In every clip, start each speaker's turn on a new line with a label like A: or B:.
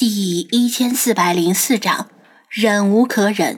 A: 第1404章，忍无可忍。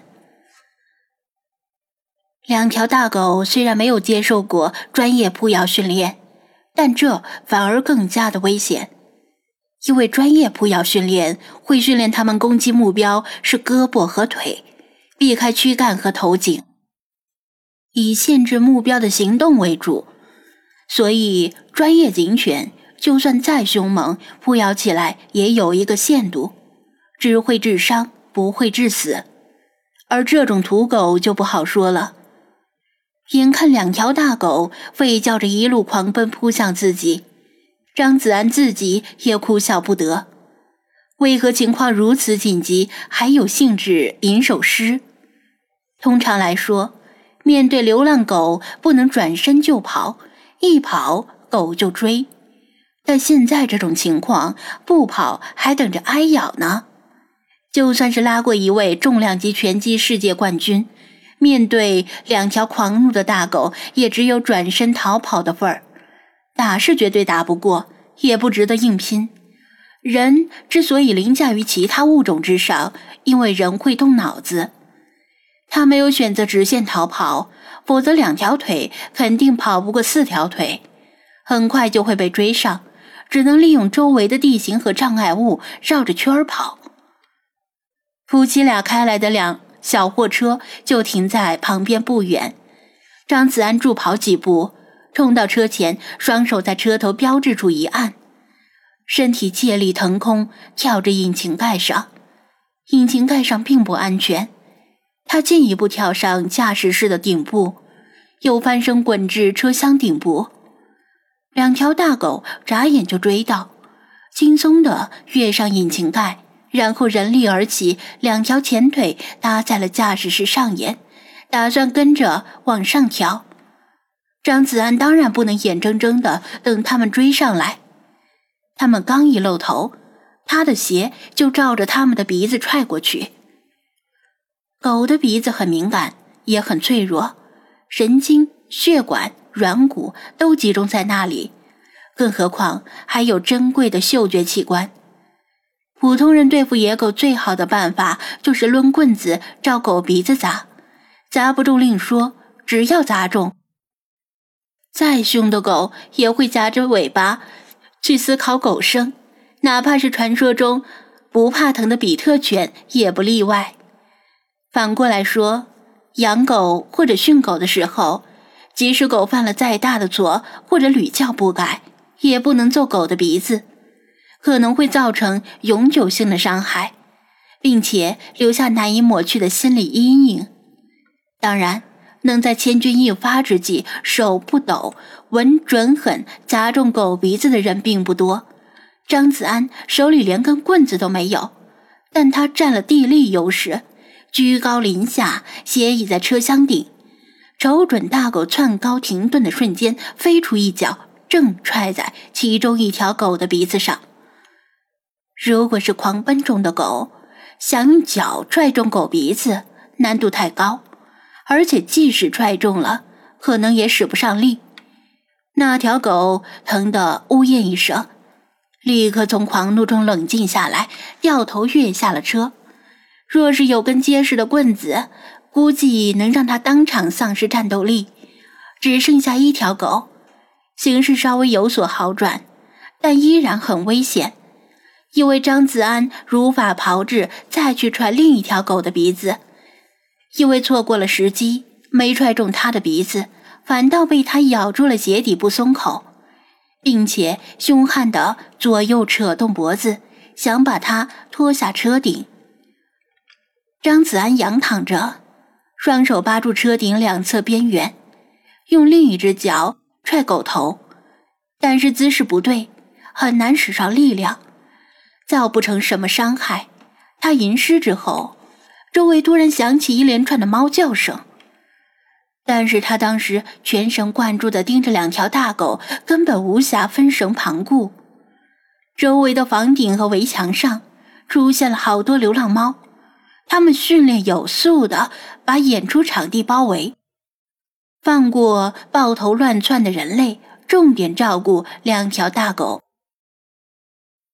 A: 两条大狗虽然没有接受过专业扑咬训练，但这反而更加的危险，因为专业扑咬训练会训练它们攻击目标是胳膊和腿，避开躯干和头颈，以限制目标的行动为主。所以专业警犬就算再凶猛，扑咬起来也有一个限度，只会致伤，不会致死。而这种土狗就不好说了，眼看两条大狗吠叫着一路狂奔扑向自己，张子安自己也哭笑不得，为何情况如此紧急还有兴致吟首诗？通常来说，面对流浪狗不能转身就跑，一跑狗就追，但现在这种情况，不跑还等着挨咬呢。就算是拉过一位重量级拳击世界冠军，面对两条狂怒的大狗，也只有转身逃跑的份儿。打是绝对打不过，也不值得硬拼。人之所以凌驾于其他物种之上，因为人会动脑子。他没有选择直线逃跑，否则两条腿肯定跑不过四条腿，很快就会被追上，只能利用周围的地形和障碍物绕着圈儿跑。夫妻俩开来的辆小货车就停在旁边不远，张子安助跑几步，冲到车前，双手在车头标志处一按，身体借力腾空，跳至引擎盖上。引擎盖上并不安全，他进一步跳上驾驶室的顶部，又翻身滚至车厢顶部。两条大狗眨眼就追到，轻松地跃上引擎盖，然后人力而起，两条前腿搭在了驾驶室上沿，打算跟着往上跳。张子安当然不能眼睁睁地等他们追上来，他们刚一露头，他的鞋就照着他们的鼻子踹过去。狗的鼻子很敏感，也很脆弱，神经、血管、软骨都集中在那里，更何况还有珍贵的嗅觉器官。普通人对付野狗最好的办法就是抡棍子照狗鼻子砸，砸不中另说，只要砸中，再凶的狗也会夹着尾巴去思考狗生，哪怕是传说中不怕疼的比特犬也不例外。反过来说，养狗或者训狗的时候，即使狗犯了再大的错或者屡教不改，也不能揍狗的鼻子，可能会造成永久性的伤害，并且留下难以抹去的心理阴影。当然，能在千钧一发之际手不抖，稳准狠砸中狗鼻子的人并不多。张子安手里连根棍子都没有，但他占了地利优势，居高临下，斜倚在车厢顶，瞅准大狗窜高停顿的瞬间，飞出一脚，正踹在其中一条狗的鼻子上。如果是狂奔中的狗，想用脚踹中狗鼻子难度太高，而且即使踹中了，可能也使不上力。那条狗疼得呜咽一声，立刻从狂怒中冷静下来，掉头跃下了车。若是有根结实的棍子，估计能让他当场丧失战斗力。只剩下一条狗，形势稍微有所好转，但依然很危险，因为张子安如法炮制再去踹另一条狗的鼻子，因为错过了时机，没踹中他的鼻子，反倒被他咬住了鞋底不松口，并且凶悍地左右扯动脖子，想把他拖下车顶。张子安仰躺着，双手扒住车顶两侧边缘，用另一只脚踹狗头，但是姿势不对，很难使上力量，造不成什么伤害。他吟诗之后，周围突然响起一连串的猫叫声，但是他当时全神贯注地盯着两条大狗，根本无暇分神旁顾。周围的房顶和围墙上出现了好多流浪猫，他们训练有素地把演出场地包围，放过抱头乱窜的人类，重点照顾两条大狗。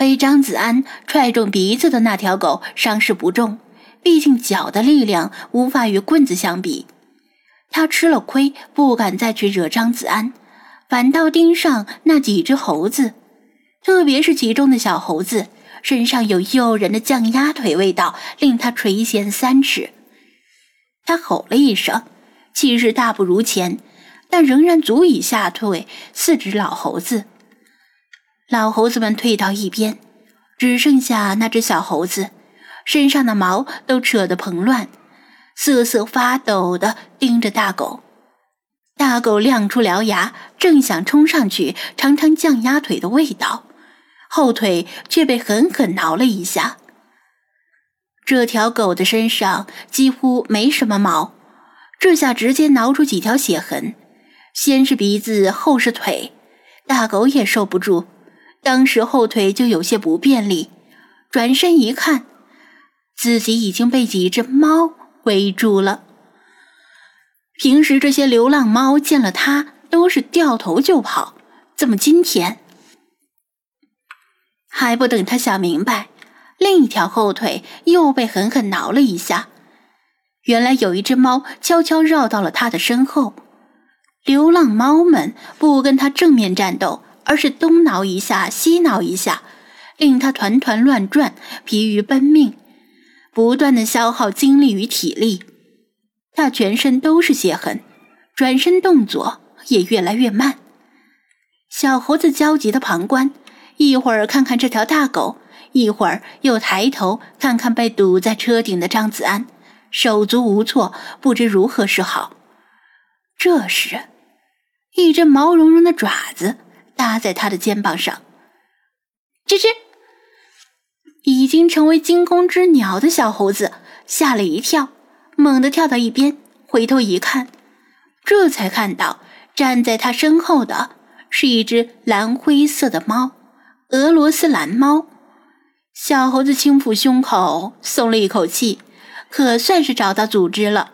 A: 被张子安踹中鼻子的那条狗伤势不重，毕竟脚的力量无法与棍子相比。他吃了亏，不敢再去惹张子安，反倒盯上那几只猴子，特别是其中的小猴子，身上有诱人的酱鸭腿味道，令他垂涎3尺。他吼了一声，气势大不如前，但仍然足以吓退4只老猴子。老猴子们退到一边，只剩下那只小猴子，身上的毛都扯得蓬乱，瑟瑟发抖地盯着大狗。大狗亮出獠牙，正想冲上去尝尝酱鸭腿的味道，后腿却被狠狠挠了一下。这条狗的身上几乎没什么毛，这下直接挠出几条血痕，先是鼻子，后是腿，大狗也受不住，当时后腿就有些不便利，转身一看，自己已经被几只猫围住了。平时这些流浪猫见了它都是掉头就跑，怎么今天？还不等他想明白，另一条后腿又被狠狠挠了一下。原来有一只猫悄悄绕到了他的身后，流浪猫们不跟他正面战斗，而是东挠一下西挠一下，令他团团乱转，疲于奔命，不断地消耗精力与体力。他全身都是血痕，转身动作也越来越慢。小猴子焦急地旁观，一会儿看看这条大狗，一会儿又抬头看看被堵在车顶的张子安，手足无措，不知如何是好。这时，一只毛茸茸的爪子搭在他的肩膀上，吱吱！已经成为惊弓之鸟的小猴子吓了一跳，猛地跳到一边，回头一看，这才看到站在他身后的是一只蓝灰色的猫，俄罗斯蓝猫。小猴子轻抚胸口，松了一口气，可算是找到组织了。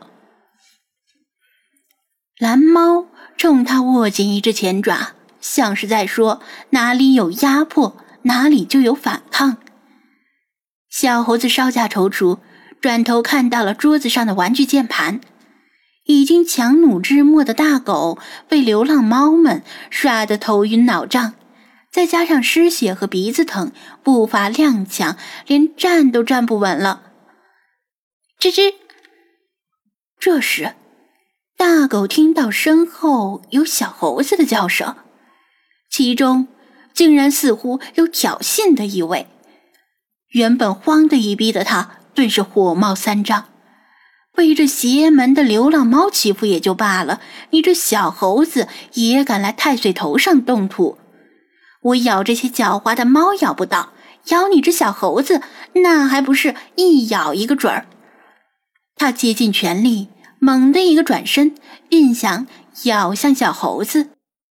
A: 蓝猫冲他握紧一只前爪，像是在说哪里有压迫，哪里就有反抗。小猴子稍加踌躇，转头看到了桌子上的玩具键盘，已经强弩之末的大狗被流浪猫们刷得头晕脑胀，再加上失血和鼻子疼，步伐踉跄，连站都站不稳了。吱吱！这时，大狗听到身后有小猴子的叫声，其中竟然似乎有挑衅的意味。原本慌得一逼的他顿时火冒三丈，被这邪门的流浪猫欺负也就罢了，你这小猴子也敢来太岁头上动土，我咬这些狡猾的猫咬不到，咬你这小猴子那还不是一咬一个准儿。他竭尽全力，猛地一个转身，便想咬向小猴子。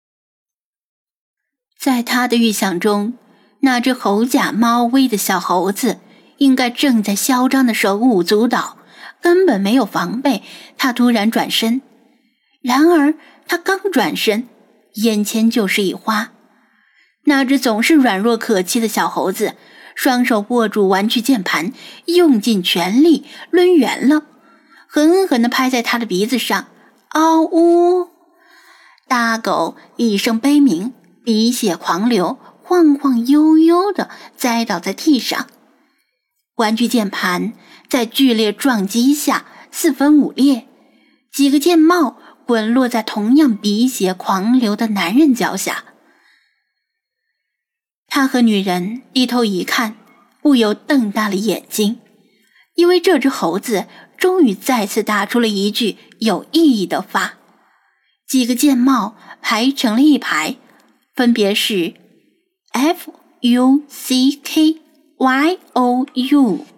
A: 在他的预想中，那只猴甲猫威的小猴子应该正在嚣张的手舞足蹈，根本没有防备。他突然转身，然而他刚转身，眼前就是一花。那只总是软弱可欺的小猴子，双手握住玩具键盘，用尽全力抡圆了，狠狠地拍在他的鼻子上。嗷呜！大狗一声悲鸣，鼻血狂流，晃晃悠悠地栽倒在地上。玩具键盘在剧烈撞击下四分五裂，几个键帽滚落在同样鼻血狂流的男人脚下。他和女人低头一看，不由瞪大了眼睛，因为这只猴子终于再次打出了一句有意义的话。几个键帽排成了一排，分别是 FUCKYOU。